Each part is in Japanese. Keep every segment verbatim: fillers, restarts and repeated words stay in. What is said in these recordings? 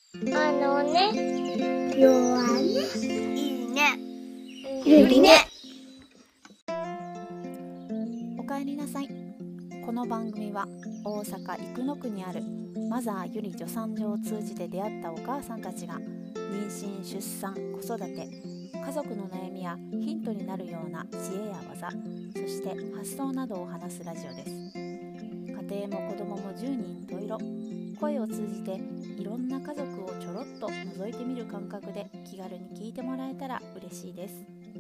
あのね、弱ね、 いいね、 ゆりね。 おかえりなさい。この番組は大阪生野区にあるマザーゆり助産所を通じて出会ったお母さんたちが妊娠、出産、子育て、家族の悩みやヒントになるような知恵や技、そして発想などを話すラジオです。家庭も子供も十人十色、声を通じていろんな家族をちょろっと覗いてみる感覚で気軽に聞いてもらえたら嬉しいです。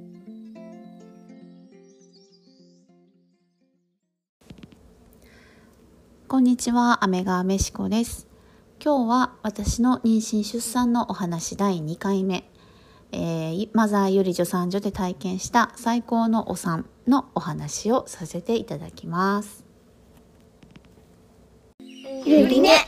こんにちは、雨川めしこです。今日は私の妊娠出産のお話だいにかいめ、えー、マザーゆり助産所で体験した最高のお産のお話をさせていただきます。 ゆりね。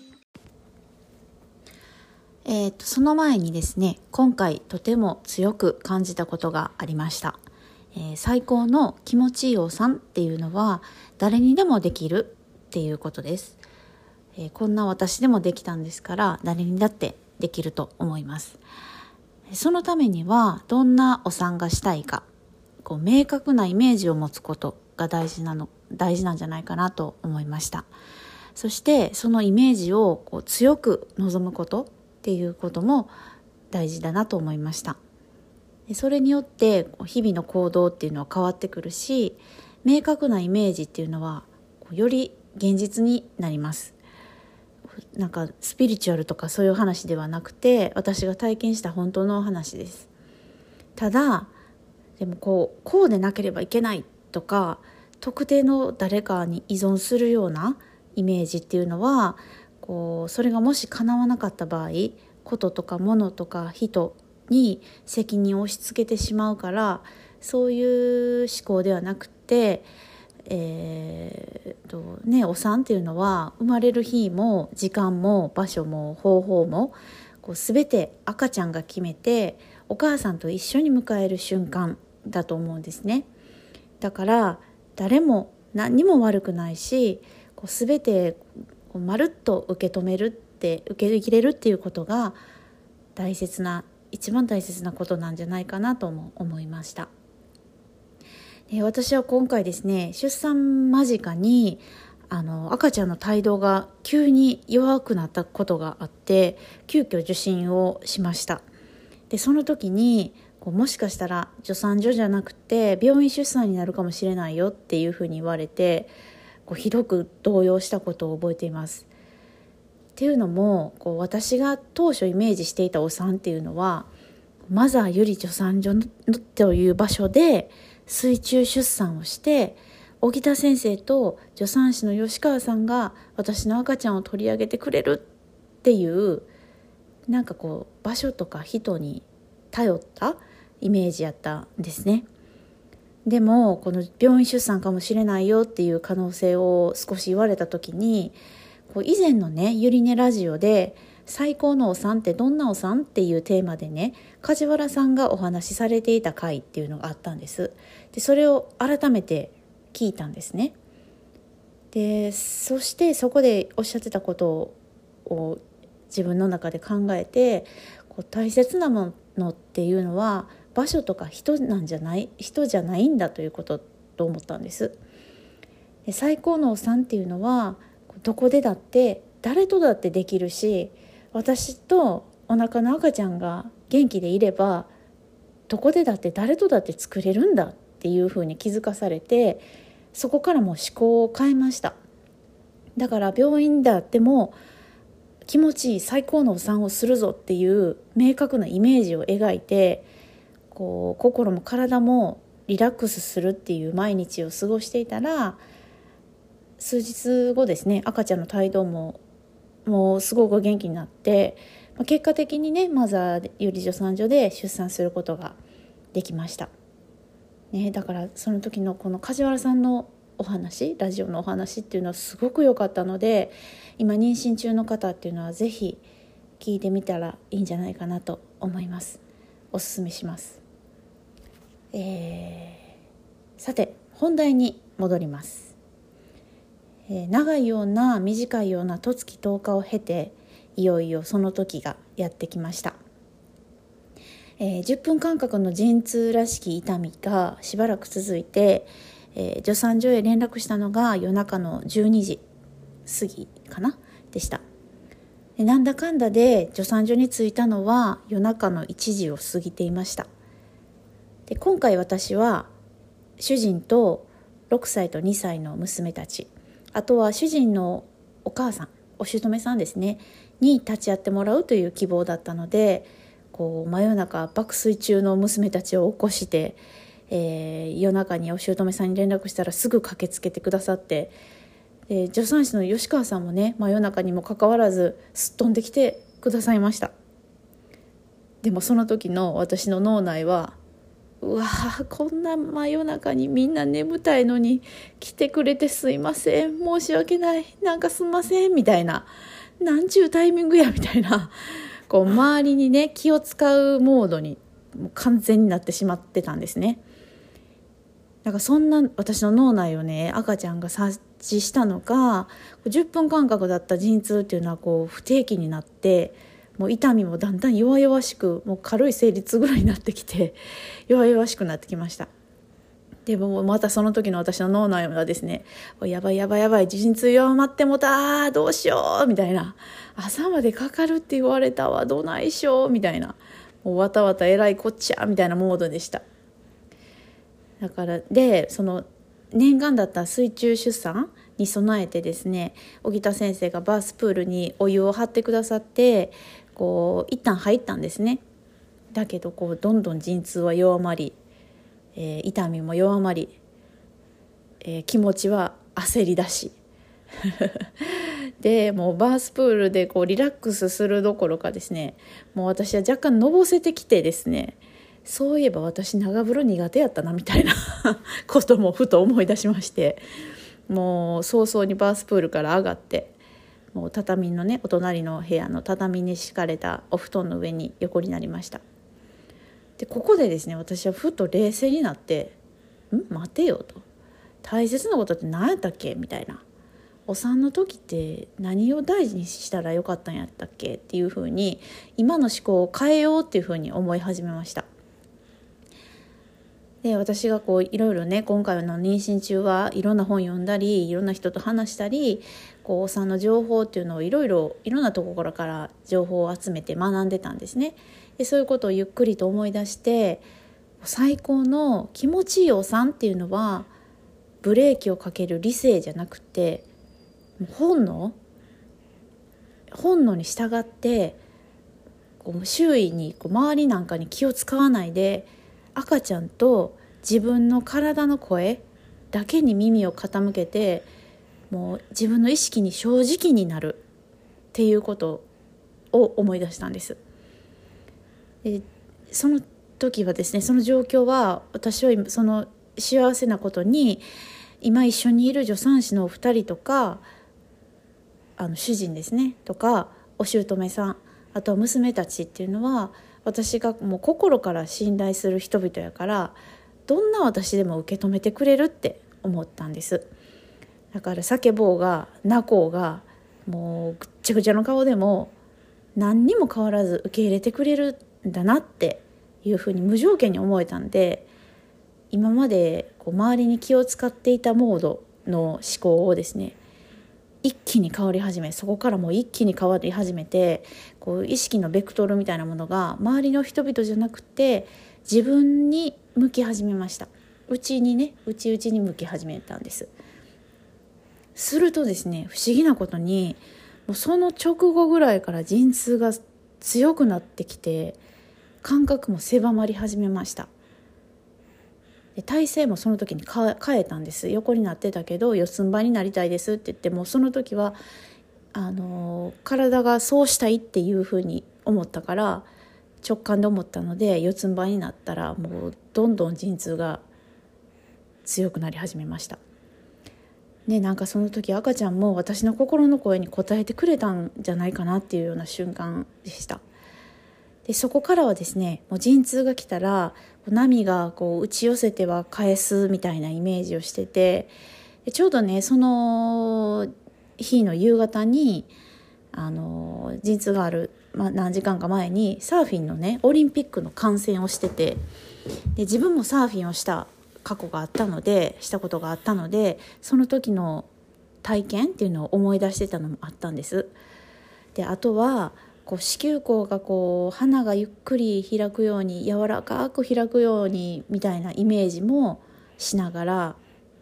えーと、その前にですね、今回とても強く感じたことがありました。えー、最高の気持ちいいお産っていうのは誰にでもできるっていうことです。えー、こんな私でもできたんですから誰にだってできると思います。そのためにはどんなお産がしたいか、こう明確なイメージを持つことが大事なの大事なんじゃないかなと思いました。そしてそのイメージをこう強く望むことっていうことも大事だなと思いました。それによって日々の行動っていうのは変わってくるし、明確なイメージっていうのはより現実になります。なんかスピリチュアルとかそういう話ではなくて、私が体験した本当の話です。ただでもこうこうでなければいけないとか、特定の誰かに依存するようなイメージっていうのは、こうそれがもし叶わなかった場合、こととか物とか人に責任を押し付けてしまうから、そういう思考ではなくて、えーとね、お産っていうのは生まれる日も時間も場所も方法もこう全て赤ちゃんが決めて、お母さんと一緒に迎える瞬間だと思うんですね。だから誰も何にも悪くないし、こう全てこうまるっと受け止めるって受け入れるっていうことが大切な一番大切なことなんじゃないかなとも思いました。で、私は今回ですね、出産間近にあの赤ちゃんの胎動が急に弱くなったことがあって、急遽受診をしました。でその時にこうもしかしたら助産所じゃなくて病院出産になるかもしれないよっていうふうに言われて、こうひどく動揺したことを覚えています。っていうのも、こう私が当初イメージしていたお産っていうのは、マザーゆり助産所という場所で水中出産をして、荻田先生と助産師の吉川さんが私の赤ちゃんを取り上げてくれるっていう、なんかこう場所とか人に頼ったイメージやったんですね。でもこの病院出産かもしれないよっていう可能性を少し言われた時に、こう以前のねゆりねラジオで最高のお産ってどんなお産っていうテーマでね、梶原さんがお話しされていた回っていうのがあったんです。でそれを改めて聞いたんですね。でそしてそこでおっしゃってたことを自分の中で考えて、こう大切なものっていうのは場所とか人なんじゃない人じゃないんだということと思ったんです。で最高のお産っていうのはどこでだって誰とだってできるし、私とお腹の赤ちゃんが元気でいればどこでだって誰とだって作れるんだっていうふうに気づかされて、そこからもう思考を変えました。だから病院であっても気持ちいい最高のお産をするぞっていう明確なイメージを描いて、こう心も体もリラックスするっていう毎日を過ごしていたら、数日後ですね、赤ちゃんの胎動ももうすごく元気になって、結果的にねマザーゆり助産所で出産することができました、ね、だからその時のこの梶原さんのお話、ラジオのお話っていうのはすごく良かったので、今妊娠中の方っていうのはぜひ聞いてみたらいいんじゃないかなと思います。おすすめします。えー、さて本題に戻ります。えー、長いような短いような十月とおかを経て、 いよいよその時がやってきました。えー、じゅっぷん間隔の陣痛らしき痛みがしばらく続いて、えー、助産所へ連絡したのが夜中のじゅうにじ過ぎかなでした。でなんだかんだで助産所に着いたのは夜中のいちじを過ぎていました。で今回私は主人とろくさいとにさいの娘たち、あとは主人のお母さん、お姑さんですねに立ち会ってもらうという希望だったので、こう真夜中爆睡中の娘たちを起こして、えー、夜中にお姑さんに連絡したらすぐ駆けつけてくださって、で助産師の吉川さんもね真夜中にもかかわらずすっ飛んできてくださいました。でもその時の私の脳内は、うわーこんな真夜中にみんな眠たいのに来てくれてすいません、申し訳ない、なんかすんませんみたいな、なんちゅうタイミングやみたいな、こう周りにね気を使うモードにもう完全になってしまってたんですね。だからそんな私の脳内をね赤ちゃんが察知したのが、じゅっぷん間隔だった陣痛っていうのはこう不定期になって、もう痛みもだんだん弱々しく、もう軽い生理痛ぐらいになってきて弱々しくなってきました。でもまたその時の私の脳内はですね、やばいやばいやばい、陣痛弱まってもた、どうしようみたいな、朝までかかるって言われたわ、どないしょみたいな、もうわたわたえらいこっちゃみたいなモードでした。だからでその念願だった水中出産に備えてですね、荻田先生がバースプールにお湯を張ってくださって、こう一旦入ったんですね。だけどこうどんどん陣痛は弱まり、えー、痛みも弱まり、えー、気持ちは焦りだしでもうバースプールでこうリラックスするどころかですね、もう私は若干のぼせてきてですね、そういえば私長風呂苦手やったなみたいなこともふと思い出しまして、もう早々にバースプールから上がって、もう畳のねお隣の部屋の畳に敷かれたお布団の上に横になりました。でここでですね私はふと冷静になって、ん待てよと、大切なことって何やったっけみたいな、お産の時って何を大事にしたらよかったんやったっけっていうふうに今の思考を変えようっていうふうに思い始めました。で私がこういろいろね今回の妊娠中はいろんな本読んだりいろんな人と話したり、こうお産の情報っていうのをいろいろいろんなところから情報を集めて学んでたんですね。でそういうことをゆっくりと思い出して、最高の気持ちいいお産っていうのはブレーキをかける理性じゃなくて本能本能に従って、こう周囲にこう周りなんかに気を使わないで赤ちゃんと自分の体の声だけに耳を傾けて、もう自分の意識に正直になるっていうことを思い出したんです。でその時はですね、その状況は私はその幸せなことに今一緒にいる助産師のお二人とか、あの主人ですねとかお姑さん、あとは娘たちっていうのは私がもう心から信頼する人々やから、どんな私でも受け止めてくれるって思ったんです。だから叫ぼうが泣こうがもうぐっちゃぐちゃの顔でも何にも変わらず受け入れてくれるんだなっていうふうに無条件に思えたんで、今までこう周りに気を使っていたモードの思考をですね一気に変わり始め、そこからもう一気に変わり始めて、こう意識のベクトルみたいなものが周りの人々じゃなくて自分に向き始めました。内にね内々に向き始めたんです。するとですね、不思議なことにもうその直後ぐらいから陣痛が強くなってきて、感覚も狭まり始めました。で体勢もその時に変えたんです。横になってたけど四つん這いになりたいですって言って、もうその時はあの体がそうしたいっていうふうに思ったから、直感で思ったので四つん這いになったらもうどんどん陣痛が強くなり始めました。でなんかその時赤ちゃんも私の心の声に応えてくれたんじゃないかなっていうような瞬間でした。でそこからはですね、もう陣痛が来たら波がこう打ち寄せては返すみたいなイメージをしてて、でちょうどねその日の夕方にあの陣痛がある、まあ、何時間か前にサーフィンのねオリンピックの観戦をしてて、で自分もサーフィンをした過去があったのでしたことがあったので、その時の体験っていうのを思い出してたのもあったんです。であとはこう子宮口がこう花がゆっくり開くように柔らかく開くようにみたいなイメージもしながら、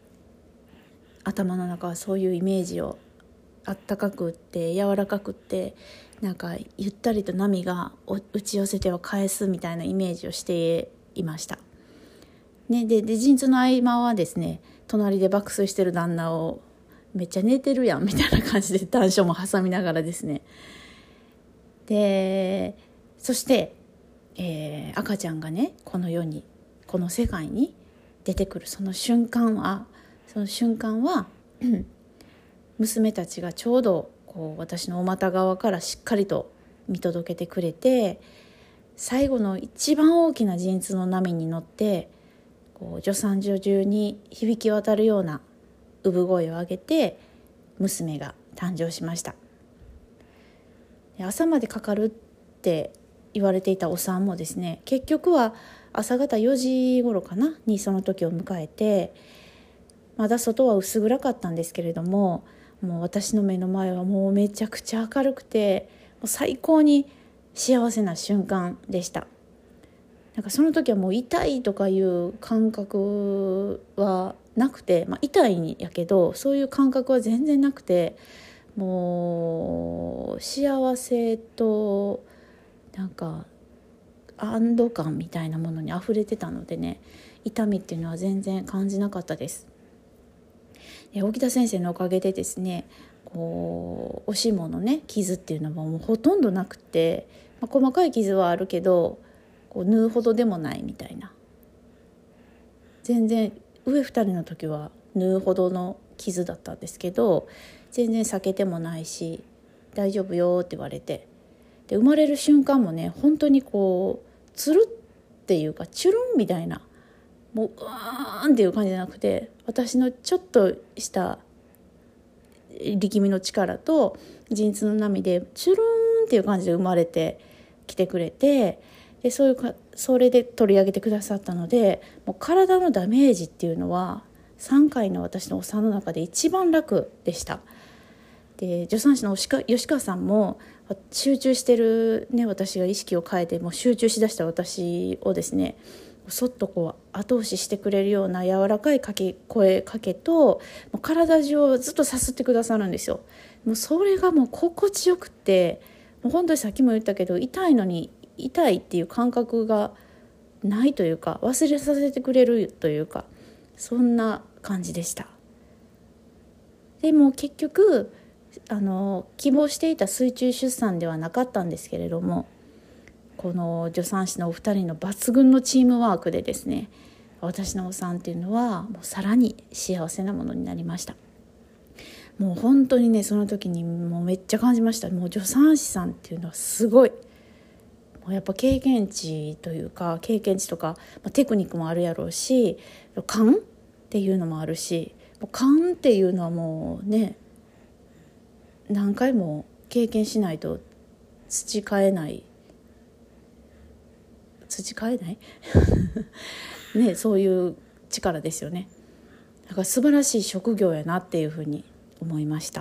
頭の中はそういうイメージをあったかくって柔らかくってなんかゆったりと波が打ち寄せては返すみたいなイメージをしていました、ね、で, で陣痛の合間はですね、隣で爆睡してる旦那をめっちゃ寝てるやんみたいな感じで短所も挟みながらですね、でそして、えー、赤ちゃんがねこの世にこの世界に出てくるその瞬間はその瞬間は娘たちがちょうどこう私のお股側からしっかりと見届けてくれて、最後の一番大きな陣痛の波に乗ってこう助産所中に響き渡るような産声を上げて娘が誕生しました。朝までかかるって言われていたお産もですね、結局は朝方よじ頃かなにその時を迎えて、まだ外は薄暗かったんですけれども、もう私の目の前はもうめちゃくちゃ明るくて、もう最高に幸せな瞬間でした。なんかその時はもう痛いとかいう感覚はなくて、まあ、痛いんやけどそういう感覚は全然なくて、もう幸せとなんか安堵感みたいなものにあふれてたのでね、痛みっていうのは全然感じなかったです。で沖田先生のおかげでですね、こうおしものね傷っていうのももうほとんどなくて、まあ、細かい傷はあるけどこう縫うほどでもないみたいな、全然上ふたりの時は縫うほどの傷だったんですけど、全然裂けてもないし大丈夫よって言われて、で生まれる瞬間もね本当にこうつるっていうかチュルンみたいな、もううわーんっていう感じじゃなくて、私のちょっとした力みの力と陣痛の波でチュルンっていう感じで生まれてきてくれて、でそういうかそれで取り上げてくださったので、もう体のダメージっていうのはさんかいの私のお産の中で一番楽でした。で助産師の吉川さんも集中してる、ね、私が意識を変えてもう集中しだした私をですね、そっとこう後押ししてくれるような柔らかいかけ声かけと、もう体中をずっとさすってくださるんですよ。もうそれがもう心地よくて、もう本当にさっきも言ったけど痛いのに痛いっていう感覚がないというか、忘れさせてくれるというか、そんな感じでした。でも結局あの希望していた水中出産ではなかったんですけれども、この助産師のお二人の抜群のチームワークでですね、私のお産っていうのはもうさらに幸せなものになりました。もう本当にねその時にもうめっちゃ感じました。もう助産師さんっていうのはすごい、もうやっぱ経験値というか経験値とか、まあ、テクニックもあるやろうし、勘っていうのもあるし、勘っていうのはもうね何回も経験しないと培えない培えないね、そういう力ですよね。だから素晴らしい職業やなっていうふうに思いました。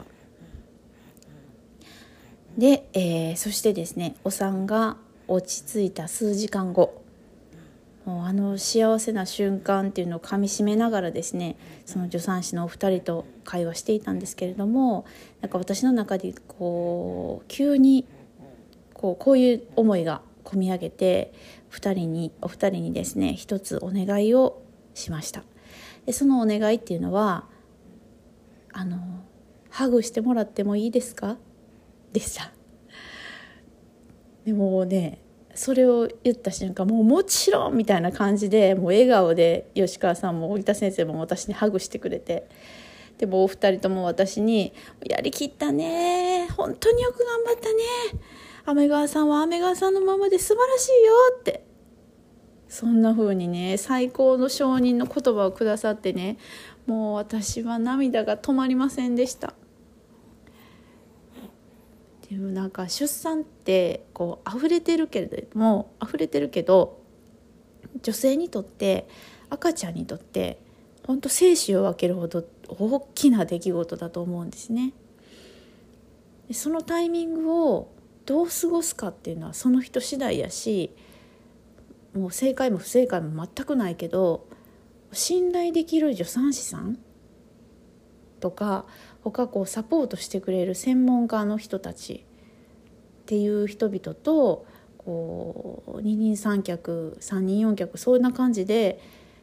で、えー、そしてですね、お産が落ち着いた数時間後、もうあの幸せな瞬間っていうのをかみしめながらですね、その助産師のお二人と会話していたんですけれども、なんか私の中でこう急にこうこういう思いが込み上げて、二人にお二人にですね一つお願いをしました。でそのお願いっていうのは、あのハグしてもらってもいいですかでした。でもねそれを言った瞬間、もうもちろんみたいな感じで、もう笑顔で吉川さんも荻田先生も私にハグしてくれて、でもお二人とも私にやりきったね、本当によく頑張ったね、雨川さんは雨川さんのままで素晴らしいよって、そんな風にね最高の承認の言葉をくださってね、もう私は涙が止まりませんでした。 でもなんか出産ってこう溢れてるけれども溢れてるけど女性にとって赤ちゃんにとって本当生死を分けるほど大きな出来事だと思うんですね。でそのタイミングをどう過ごすかっていうのはその人次第やし、もう正解も不正解も全くないけど、信頼できる助産師さんとか他こうサポートしてくれる専門家の人たちっていう人々とこう二人三脚三人四脚そんな感じで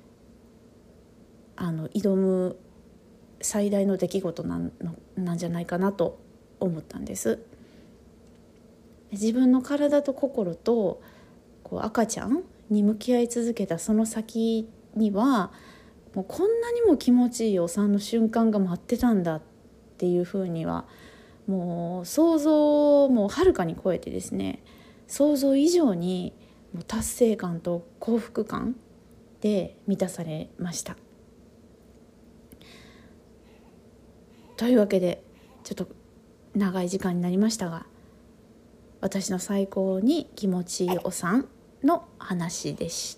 あの挑む最大の出来事なんのなんじゃないかなと思ったんです。自分の体と心とこう赤ちゃんに向き合い続けたその先にはもうこんなにも気持ちいいお産の瞬間が待ってたんだっていうふうにはもう想像もはるかに超えてですね、想像以上にもう達成感と幸福感で満たされました。というわけでちょっと長い時間になりましたが、私の最高に気持ちいいお産の話でした。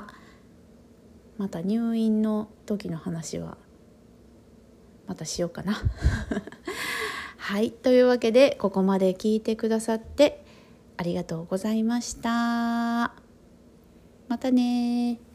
また入院の時の話はまたしようかなはい、というわけでここまで聞いてくださってありがとうございました。またね。